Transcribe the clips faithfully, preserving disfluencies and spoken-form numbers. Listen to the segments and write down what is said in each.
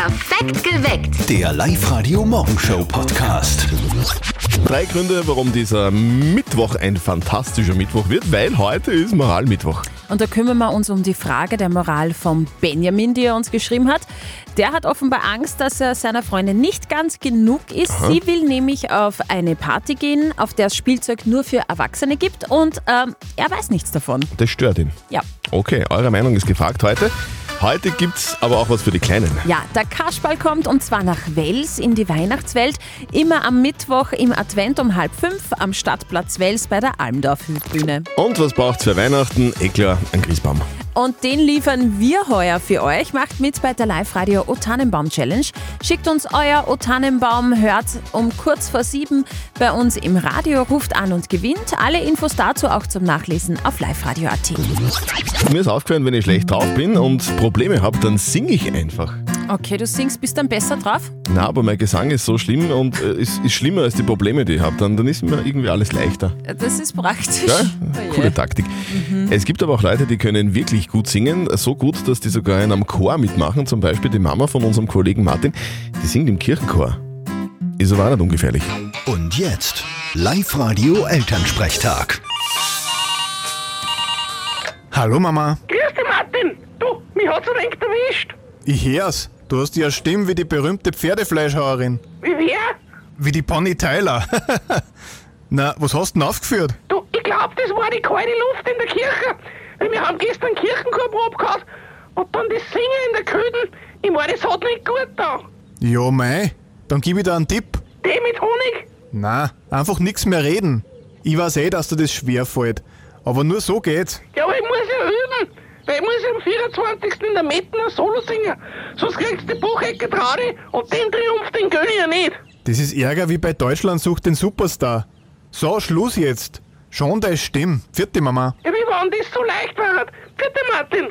Perfekt geweckt. Der Live-Radio-Morgenshow-Podcast. Drei Gründe, warum dieser Mittwoch ein fantastischer Mittwoch wird, weil heute ist Moralmittwoch. Und da kümmern wir uns um die Frage der Moral von Benjamin, die er uns geschrieben hat. Der hat offenbar Angst, dass er seiner Freundin nicht ganz genug ist. Aha. Sie will nämlich auf eine Party gehen, auf der es Spielzeug nur für Erwachsene gibt und ähm, er weiß nichts davon. Das stört ihn? Ja. Okay, eure Meinung ist gefragt heute. Heute gibt's aber auch was für die Kleinen. Ja, der Kasperl kommt und zwar nach Wels in die Weihnachtswelt. Immer am Mittwoch im Advent um halb fünf am Stadtplatz Wels bei der Almdorf-Bühne. Und was braucht's für Weihnachten? Eh klar, ein Christbaum. Und den liefern wir heuer für euch. Macht mit bei der Live-Radio O-Tannenbaum-Challenge. Schickt uns euer O-Tannenbaum, hört um kurz vor sieben bei uns im Radio, ruft an und gewinnt. Alle Infos dazu auch zum Nachlesen auf live radio punkt a t. Mir ist aufgefallen, wenn ich schlecht drauf bin und Probleme habe, dann singe ich einfach. Okay, du singst, bist dann besser drauf? Na, aber mein Gesang ist so schlimm und äh, ist, ist schlimmer als die Probleme, die ich habe. Dann, dann ist mir irgendwie alles leichter. Das ist praktisch. Ja? Oh Coole Taktik. Mhm. Es gibt aber auch Leute, die können wirklich gut singen. So gut, dass die sogar in einem Chor mitmachen. Zum Beispiel die Mama von unserem Kollegen Martin. Die singt im Kirchenchor. Ist aber auch nicht ungefährlich. Und jetzt Live-Radio Elternsprechtag. Hallo Mama. Grüß dich Martin. Du, mich hat's ein wenig erwischt. Ich hör's. Du hast ja eine Stimme wie die berühmte Pferdefleischhauerin. Wie wer? Wie die Bonnie Tyler. Na, was hast du denn aufgeführt? Du, ich glaub, das war die kalte Luft in der Kirche. Wir haben gestern Kirchenchorprobe gehabt und dann das Singen in der Köden. Ich meine, das hat nicht gut da. Ja, mei. Dann gib ich dir einen Tipp. Tee mit Honig? Na, einfach nichts mehr reden. Ich weiß eh, dass dir das schwer fällt. Aber nur so geht's. Ja, aber ich muss ja üben. Weil ich muss ja am vierundzwanzigsten in der Metten ein Solo singen. Sonst kriegst du die Buchecke Traude und den Triumph, den gönn ich ja nicht. Das ist Ärger wie bei Deutschland sucht den Superstar. So, Schluss jetzt. Schon deine Stimme. Vierte Mama. Ja, wie wann das so leicht war. Vierte Martin.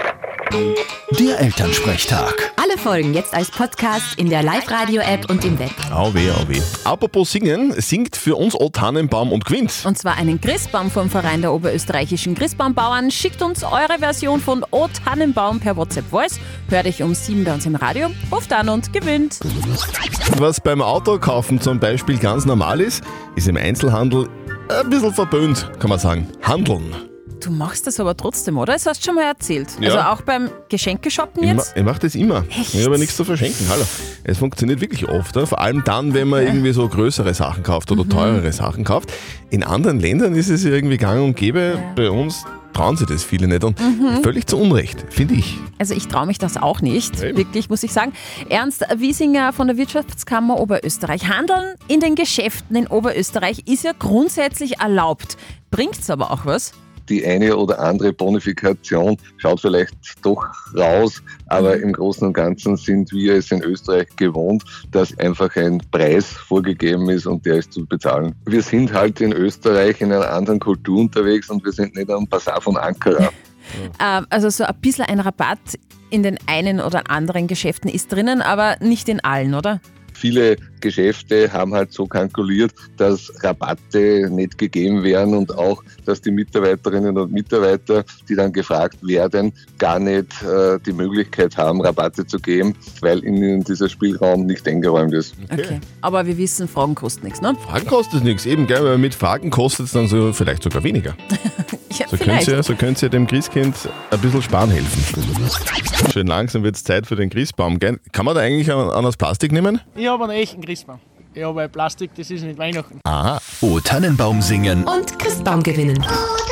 Der Elternsprechtag. Alle Folgen jetzt als Podcast in der Live-Radio-App und im Web. Au weh, au weh. Apropos singen, singt für uns O-Tannenbaum und gewinnt. Und zwar einen Christbaum vom Verein der oberösterreichischen Christbaumbauern. Schickt uns eure Version von O-Tannenbaum per WhatsApp-Voice. Hört euch um sieben bei uns im Radio, ruft an und gewinnt. Was beim Autokaufen zum Beispiel ganz normal ist, ist im Einzelhandel ein bisschen verböhnt, kann man sagen. Handeln. Du machst das aber trotzdem, oder? Das hast du schon mal erzählt. Ja. Also auch beim Geschenkeshoppen Ich, ma- jetzt? ich mache das immer. Echt? Ich habe nichts zu verschenken. Hallo. Es funktioniert wirklich oft. Oder? Vor allem dann, wenn man Ja. irgendwie so größere Sachen kauft oder teurere Sachen kauft. In anderen Ländern ist es irgendwie gang und gäbe. Bei uns trauen sich das viele nicht. Und völlig zu Unrecht, finde ich. Also ich traue mich das auch nicht, Eben. wirklich, muss ich sagen. Ernst Wiesinger von der Wirtschaftskammer Oberösterreich. Handeln in den Geschäften in Oberösterreich ist ja grundsätzlich erlaubt. Bringt's aber auch was? Die eine oder andere Bonifikation schaut vielleicht doch raus, aber im Großen und Ganzen sind wir es in Österreich gewohnt, dass einfach ein Preis vorgegeben ist und der ist zu bezahlen. Wir sind halt in Österreich in einer anderen Kultur unterwegs und wir sind nicht am Bazar von Ankara. Ähm, also so ein bisschen ein Rabatt in den einen oder anderen Geschäften ist drinnen, aber nicht in allen, oder? Viele Geschäfte haben halt so kalkuliert, dass Rabatte nicht gegeben werden und auch, dass die Mitarbeiterinnen und Mitarbeiter, die dann gefragt werden, gar nicht äh, die Möglichkeit haben, Rabatte zu geben, weil ihnen dieser Spielraum nicht eingeräumt ist. Okay. Aber wir wissen, Fragen kosten nichts, ne? Fragen kostet nichts, eben, gell? Weil mit Fragen kostet es dann so vielleicht sogar weniger. Ja, So könnt vielleicht. ihr, so könnt ihr dem Christkind ein bisschen sparen helfen. Schön langsam wird es Zeit für den Christbaum, gell? Kann man da eigentlich an, an das Plastik nehmen? Ich habe einen echten Christbaum. Ja, weil Plastik, das ist nicht Weihnachten. Aha. O-Tannenbaum singen. Und Christbaum gewinnen.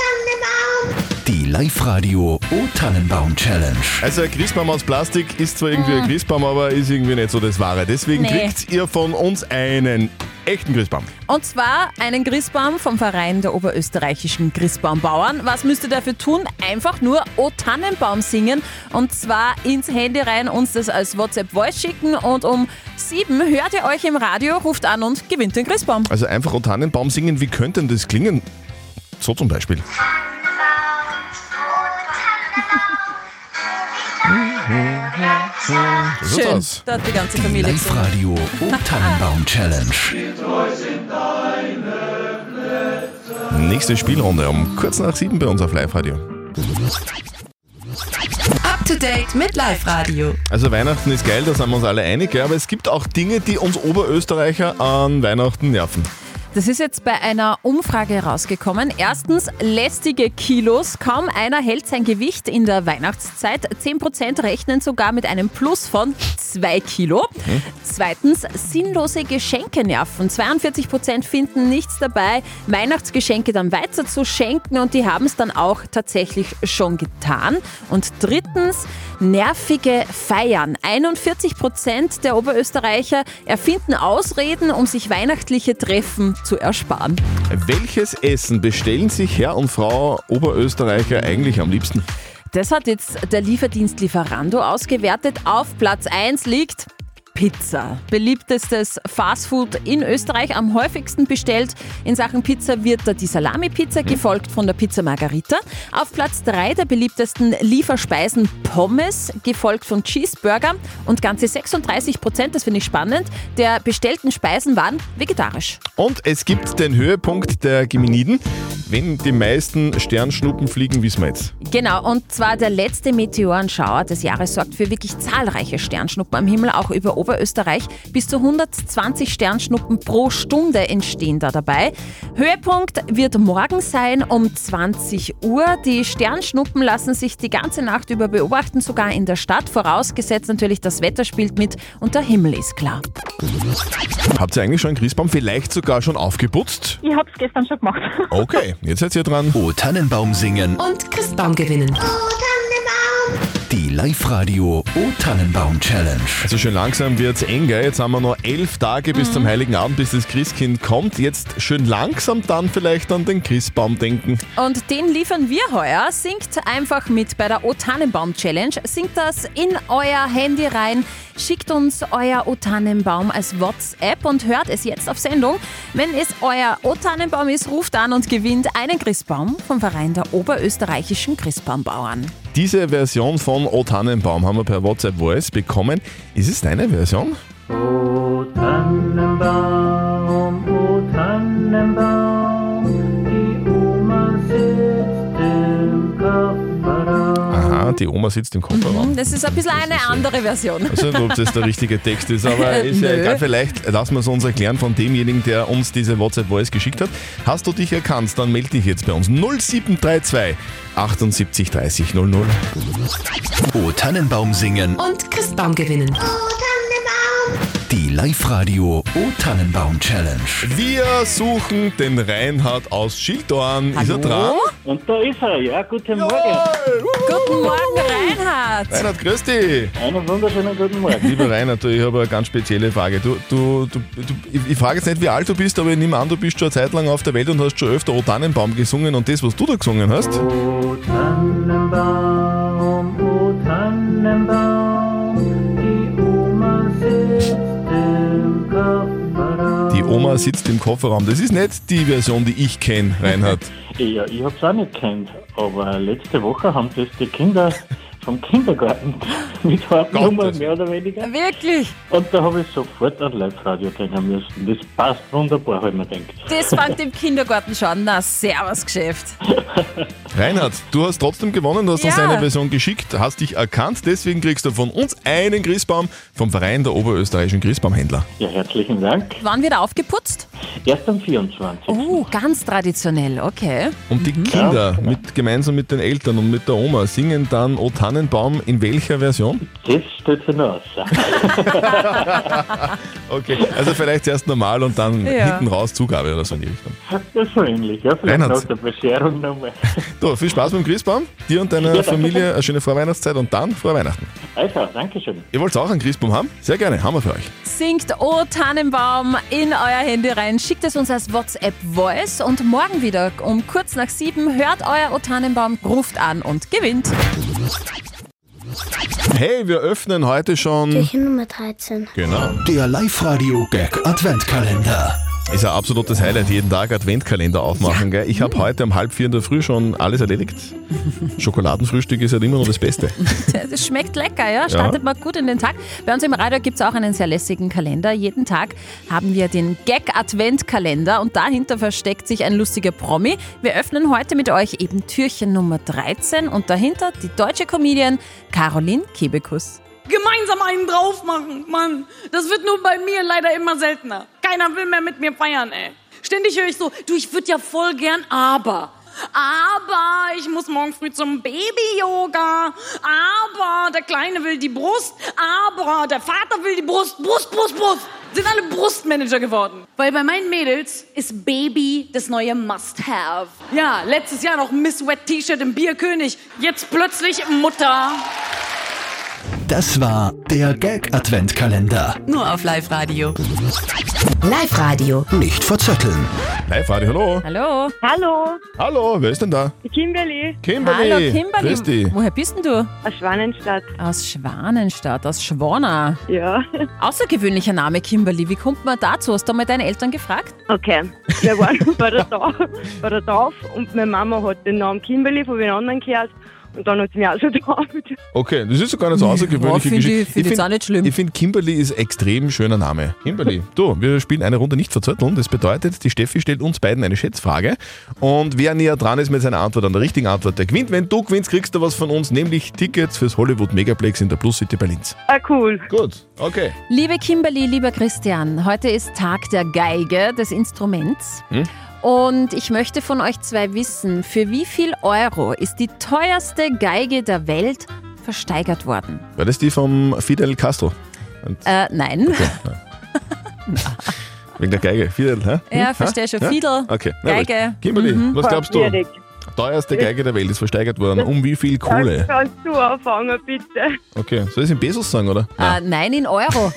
Die Live-Radio O-Tannenbaum Challenge. Also ein Christbaum aus Plastik ist zwar irgendwie ein Christbaum, aber ist irgendwie nicht so das Wahre. Deswegen Nee. kriegt ihr von uns einen echten Christbaum. Und zwar einen Christbaum vom Verein der oberösterreichischen Christbaumbauern. Was müsst ihr dafür tun? Einfach nur O Tannenbaum singen und zwar ins Handy rein, uns das als WhatsApp-Voice schicken und um sieben hört ihr euch im Radio, ruft an und gewinnt den Christbaum. Also einfach O Tannenbaum singen, wie könnte denn das klingen? So zum Beispiel. So sieht's Schön, aus. da hat die ganze Familie gesungen. Live-Radio O-Tannenbaum Challenge. Nächste Spielrunde um kurz nach sieben bei uns auf Live-Radio. Up to Date mit Live-Radio. Also Weihnachten ist geil, da sind wir uns alle einig, ja, aber es gibt auch Dinge, die uns Oberösterreicher an Weihnachten nerven. Das ist jetzt bei einer Umfrage herausgekommen. Erstens, lästige Kilos. Kaum einer hält sein Gewicht in der Weihnachtszeit. zehn Prozent rechnen sogar mit einem Plus von zwei Kilo. Hm. Zweitens, sinnlose Geschenke nerven. zweiundvierzig Prozent finden nichts dabei, Weihnachtsgeschenke dann weiter zu schenken, und die haben es dann auch tatsächlich schon getan. Und drittens, nervige Feiern. einundvierzig Prozent der Oberösterreicher erfinden Ausreden, um sich weihnachtliche Treffen zu ersparen. Welches Essen bestellen sich Herr und Frau Oberösterreicher eigentlich am liebsten? Das hat jetzt der Lieferdienst Lieferando ausgewertet. Auf Platz eins liegt Pizza. Beliebtestes Fastfood in Österreich, am häufigsten bestellt in Sachen Pizza wird da die Salami-Pizza, gefolgt von der Pizza Margarita. Auf Platz drei der beliebtesten Lieferspeisen Pommes, gefolgt von Cheeseburger, und ganze sechsunddreißig Prozent, das finde ich spannend, der bestellten Speisen waren vegetarisch. Und es gibt den Höhepunkt der Geminiden. Wenn die meisten Sternschnuppen fliegen, wissen wir jetzt. Genau, und zwar der letzte Meteorenschauer des Jahres sorgt für wirklich zahlreiche Sternschnuppen am Himmel, auch über Oberösterreich. Bis zu hundertzwanzig Sternschnuppen pro Stunde entstehen da dabei. Höhepunkt wird morgen sein um zwanzig Uhr. Die Sternschnuppen lassen sich die ganze Nacht über beobachten, sogar in der Stadt, vorausgesetzt natürlich, das Wetter spielt mit und der Himmel ist klar. Habt ihr eigentlich schon einen Christbaum vielleicht sogar schon aufgeputzt? Ich hab's gestern schon gemacht. Okay, jetzt seid ihr dran. O Tannenbaum singen. Und Christbaum gewinnen. Die Live-Radio O Tannenbaum Challenge. Also schön langsam wird's eng, gell? Jetzt haben wir noch elf Tage bis zum Heiligen Abend, bis das Christkind kommt. Jetzt schön langsam dann vielleicht an den Christbaum denken. Und den liefern wir heuer. Singt einfach mit bei der O Tannenbaum Challenge. Singt das in euer Handy rein. Schickt uns euer O Tannenbaum als WhatsApp und hört es jetzt auf Sendung. Wenn es euer O Tannenbaum ist, ruft an und gewinnt einen Christbaum vom Verein der oberösterreichischen Christbaumbauern. Diese Version von O Tannenbaum haben wir per WhatsApp Voice bekommen. Ist es deine Version? O Tannenbaum, O Tannenbaum, die Oma sitzt im Kofferraum. Aha, die Oma sitzt im Kofferraum. Das ist ein bisschen eine andere Version. Also nicht, ob das der richtige Text ist, aber ist ja egal. Vielleicht lassen wir es uns erklären von demjenigen, der uns diese WhatsApp-Voice geschickt hat. Hast du dich erkannt, dann melde dich jetzt bei uns. null sieben drei zwei achtundsiebzig dreißig null null. O Tannenbaum singen. Und Christbaum gewinnen. Die Live-Radio O Tannenbaum Challenge. Wir suchen den Reinhard aus Schildorn. Ist er dran? Und da ist er, ja, guten Morgen. Guten Morgen, Reinhard. Reinhard, grüß dich. Einen wunderschönen guten Morgen. Lieber Reinhard, du, ich habe eine ganz spezielle Frage. Du, du, du, du, ich, ich frage jetzt nicht, wie alt du bist, aber ich nehme an, du bist schon eine Zeit lang auf der Welt und hast schon öfter O Tannenbaum gesungen, und das, was du da gesungen hast? O Tannenbaum, O Tannenbaum, die Oma sitzt im Kofferraum. Die Oma sitzt im Kofferraum. Das ist nicht die Version, die ich kenne, Reinhard. Ja, ich hab's auch nicht kennt, aber letzte Woche haben das die Kinder vom Kindergarten mit Hartnummer, mehr oder weniger. Wirklich? Und da habe ich sofort ein Live-Radio kennen müssen. Das passt wunderbar, habe ich mir gedacht. Das fängt im Kindergarten schon. Na, servus Geschäft. Reinhard, du hast trotzdem gewonnen, du hast uns Ja. eine Version geschickt, hast dich erkannt, deswegen kriegst du von uns einen Christbaum vom Verein der oberösterreichischen Christbaumhändler. Ja, herzlichen Dank. Wann wird er aufgeputzt? Erst am vierundzwanzigsten Oh, ganz traditionell, okay. Und die Kinder mit, gemeinsam mit den Eltern und mit der Oma singen dann O Tannenbaum in welcher Version? Das steht sich noch aus. Okay, also vielleicht erst normal und dann Ja. hinten raus Zugabe oder so in die Richtung. Das ist so ähnlich, ja. Vielleicht Reinhard. nach der Bescherung nochmal. Du, viel Spaß beim Christbaum, dir und deiner Ja, danke Familie schön. eine schöne Vorweihnachtszeit und dann frohe Weihnachten. Also, danke schön. Ihr wollt auch einen Christbaum haben? Sehr gerne, haben wir für euch. Singt O Tannenbaum in euer Handy rein, schickt es uns als WhatsApp-Voice und morgen wieder um kurz nach sieben hört euer O Tannenbaum, ruft an und gewinnt. Hey, wir öffnen heute schon... Türchen Nummer dreizehn. Genau. Der Live-Radio Gag Adventkalender. Ist ein absolutes Highlight, jeden Tag Adventkalender aufmachen. Gell? Ich habe heute um halb vier in der Früh schon alles erledigt. Schokoladenfrühstück ist halt immer noch das Beste. Das schmeckt lecker, ja? Startet mal gut in den Tag. Bei uns im Radio gibt es auch einen sehr lässigen Kalender. Jeden Tag haben wir den Gag-Adventkalender und dahinter versteckt sich ein lustiger Promi. Wir öffnen heute mit euch eben Türchen Nummer dreizehn und dahinter die deutsche Comedian Caroline Benjamin Kebekus. Gemeinsam einen drauf machen, Mann. Das wird nur bei mir leider immer seltener. Keiner will mehr mit mir feiern, ey. Ständig höre ich so, du, ich würde ja voll gern, aber... Aber ich muss morgen früh zum Baby-Yoga. Aber der Kleine will die Brust. Aber der Vater will die Brust. Brust, Brust, Brust. Sind alle Brustmanager geworden. Weil bei meinen Mädels ist Baby das neue Must-Have. Ja, letztes Jahr noch Miss Wet T-Shirt im Bierkönig. Jetzt plötzlich Mutter. Das war der Gag-Adventkalender. Nur auf Live-Radio. Live-Radio. Nicht verzetteln. Live-Radio, hallo. Hallo. Hallo, Hallo, wer ist denn da? Kimberly Kimberly. Hallo Kimberly. Grüß dich. Woher bist denn du? aus Schwanenstadt. Aus Schwanenstadt, aus Schwana. Ja, Außergewöhnlicher Name Kimberly. Wie kommt man dazu? Hast du mal deine Eltern gefragt? okay. Wir waren bei der, Taufe, bei der Taufe und meine Mama hat den Namen Kimberly von den anderen gehört. Und dann hat sie mich auch so getauft. Okay, das ist sogar nicht so außergewöhnliche Ja, find ich- Geschichte. find ich jetzt auch nicht schlimm. Ich finde, Kimberly ist ein extrem schöner Name. Kimberly, du, wir spielen eine Runde nicht verzötteln. Das bedeutet, die Steffi stellt uns beiden eine Schätzfrage. Und wer näher dran ist mit seiner Antwort an der richtigen Antwort, der gewinnt. Wenn du gewinnst, kriegst du was von uns, nämlich Tickets fürs Hollywood Megaplex in der Plus City Berlins. Ah, cool. Gut, okay. Liebe Kimberly, lieber Christian, heute ist Tag der Geige, des Instruments. Hm? Und ich möchte von euch zwei wissen, für wie viel Euro ist die teuerste Geige der Welt versteigert worden? War das die vom Fidel Castro? Und Äh, nein. wegen der Geige. Fidel, hä? Ja, Hm? verstehe schon. Ja? Fidel, Okay. Na gut. Geige. Kimberly, Mhm. was glaubst du? Schwierig. Teuerste Geige der Welt ist versteigert worden. Um wie viel Kohle? Kannst du anfangen, bitte? Okay, soll ich es in Pesos sagen, oder? Äh, nein, in Euro.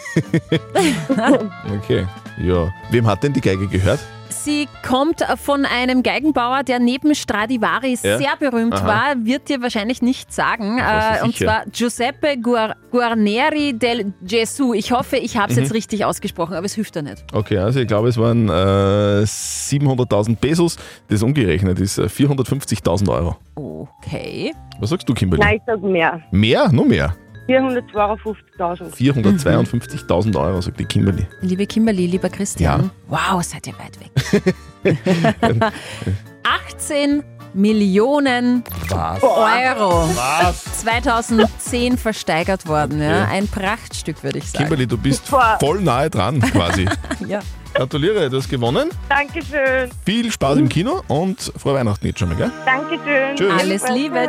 Okay, ja. Wem hat denn die Geige gehört? Sie kommt von einem Geigenbauer, der neben Stradivari Ja? sehr berühmt Aha. war, wird dir wahrscheinlich nichts sagen. Ja, Äh, und sicher. zwar Giuseppe Guar Guarneri del Gesù. Ich hoffe, ich habe es Mhm. jetzt richtig ausgesprochen, aber es hilft ja nicht. Okay, also ich glaube, es waren äh, siebenhunderttausend Pesos. Das umgerechnet ist äh, vierhundertfünfzigtausend Euro. Okay. Was sagst du, Kimberly? Nein, ich sag mehr. Mehr? Noch mehr? vierhundertzweiundfünfzigtausend. vierhundertzweiundfünfzigtausend Euro, sagt die Kimberly. Liebe Kimberly, lieber Christian. Wow, seid ihr weit weg. achtzehn Millionen Was? Euro. Was? zweitausendzehn versteigert worden. Ja? Ein Prachtstück, würde ich sagen. Kimberly, du bist Boah. voll nahe dran quasi. Ja. Gratuliere, du hast gewonnen. Dankeschön. Viel Spaß im Kino und frohe Weihnachten jetzt schon mal, gell? Dankeschön. Tschüss. Alles Liebe,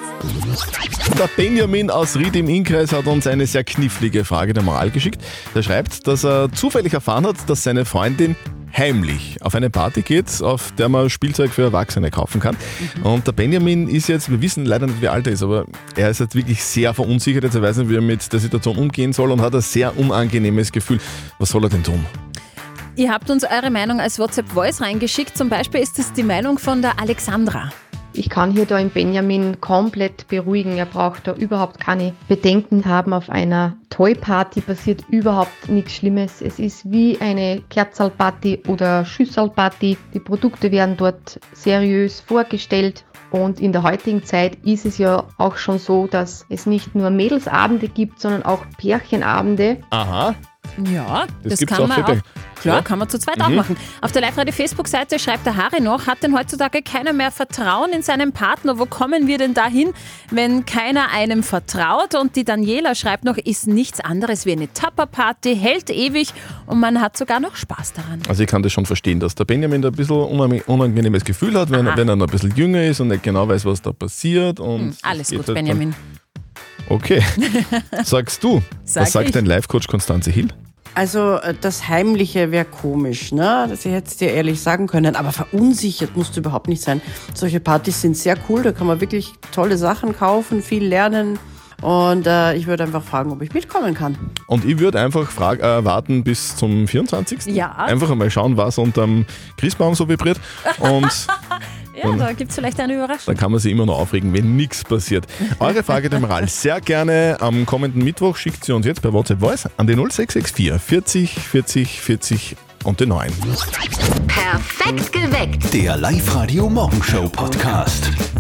tschüss. Der Benjamin aus Ried im Innkreis hat uns eine sehr knifflige Frage der Moral geschickt. Der schreibt, dass er zufällig erfahren hat, dass seine Freundin heimlich auf eine Party geht, auf der man Spielzeug für Erwachsene kaufen kann. Und der Benjamin ist jetzt, wir wissen leider nicht, wie alt er ist, aber er ist jetzt wirklich sehr verunsichert. Jetzt er weiß nicht, wie er mit der Situation umgehen soll und hat ein sehr unangenehmes Gefühl. Was soll er denn tun? Ihr habt uns eure Meinung als WhatsApp-Voice reingeschickt. Zum Beispiel ist es die Meinung von der Alexandra. Ich kann hier da den Benjamin komplett beruhigen. Er braucht da überhaupt keine Bedenken haben. Auf einer Toy-Party passiert überhaupt nichts Schlimmes. Es ist wie eine Kerzalparty oder Schüsselparty. Die Produkte werden dort seriös vorgestellt. Und in der heutigen Zeit ist es ja auch schon so, dass es nicht nur Mädelsabende gibt, sondern auch Pärchenabende. Aha. Ja, Das das, gibt's kann auch man für auch. Pär- Klar, Ja. kann man zu zweit Mhm. auch machen. Auf der Live-Radio-Facebook-Seite schreibt der Harry noch, hat denn heutzutage keiner mehr Vertrauen in seinen Partner? Wo kommen wir denn dahin, wenn keiner einem vertraut? Und die Daniela schreibt noch, ist nichts anderes wie eine Tupper-Party, hält ewig und man hat sogar noch Spaß daran. Also ich kann das schon verstehen, dass der Benjamin da ein bisschen unange- unangenehmes Gefühl hat, wenn, Aha. wenn er noch ein bisschen jünger ist und nicht genau weiß, was da passiert. Und Hm, alles geht gut, halt dann- Benjamin. Okay. Sagst du, Sag was sagt ich. dein Life-Coach Konstanze Hill? Also äh, das Heimliche wäre komisch, ne? Das hätte es dir ehrlich sagen können. Aber verunsichert musst du überhaupt nicht sein. Solche Partys sind sehr cool, da kann man wirklich tolle Sachen kaufen, viel lernen. Und äh, ich würde einfach fragen, ob ich mitkommen kann. Und ich würde einfach frag, äh, warten bis zum vierundzwanzigsten Ja. Einfach einmal schauen, was unterm Christbaum so vibriert. Und Ja, Und- da gibt es vielleicht eine Überraschung. dann kann man sich immer noch aufregen, wenn nichts passiert. Eure Frage der Moral sehr gerne am kommenden Mittwoch. Schickt sie uns jetzt per WhatsApp Voice an die null sechs sechs vier vierzig vierzig vierzig und den neun. Perfekt geweckt. Der Live-Radio Morgenshow Podcast.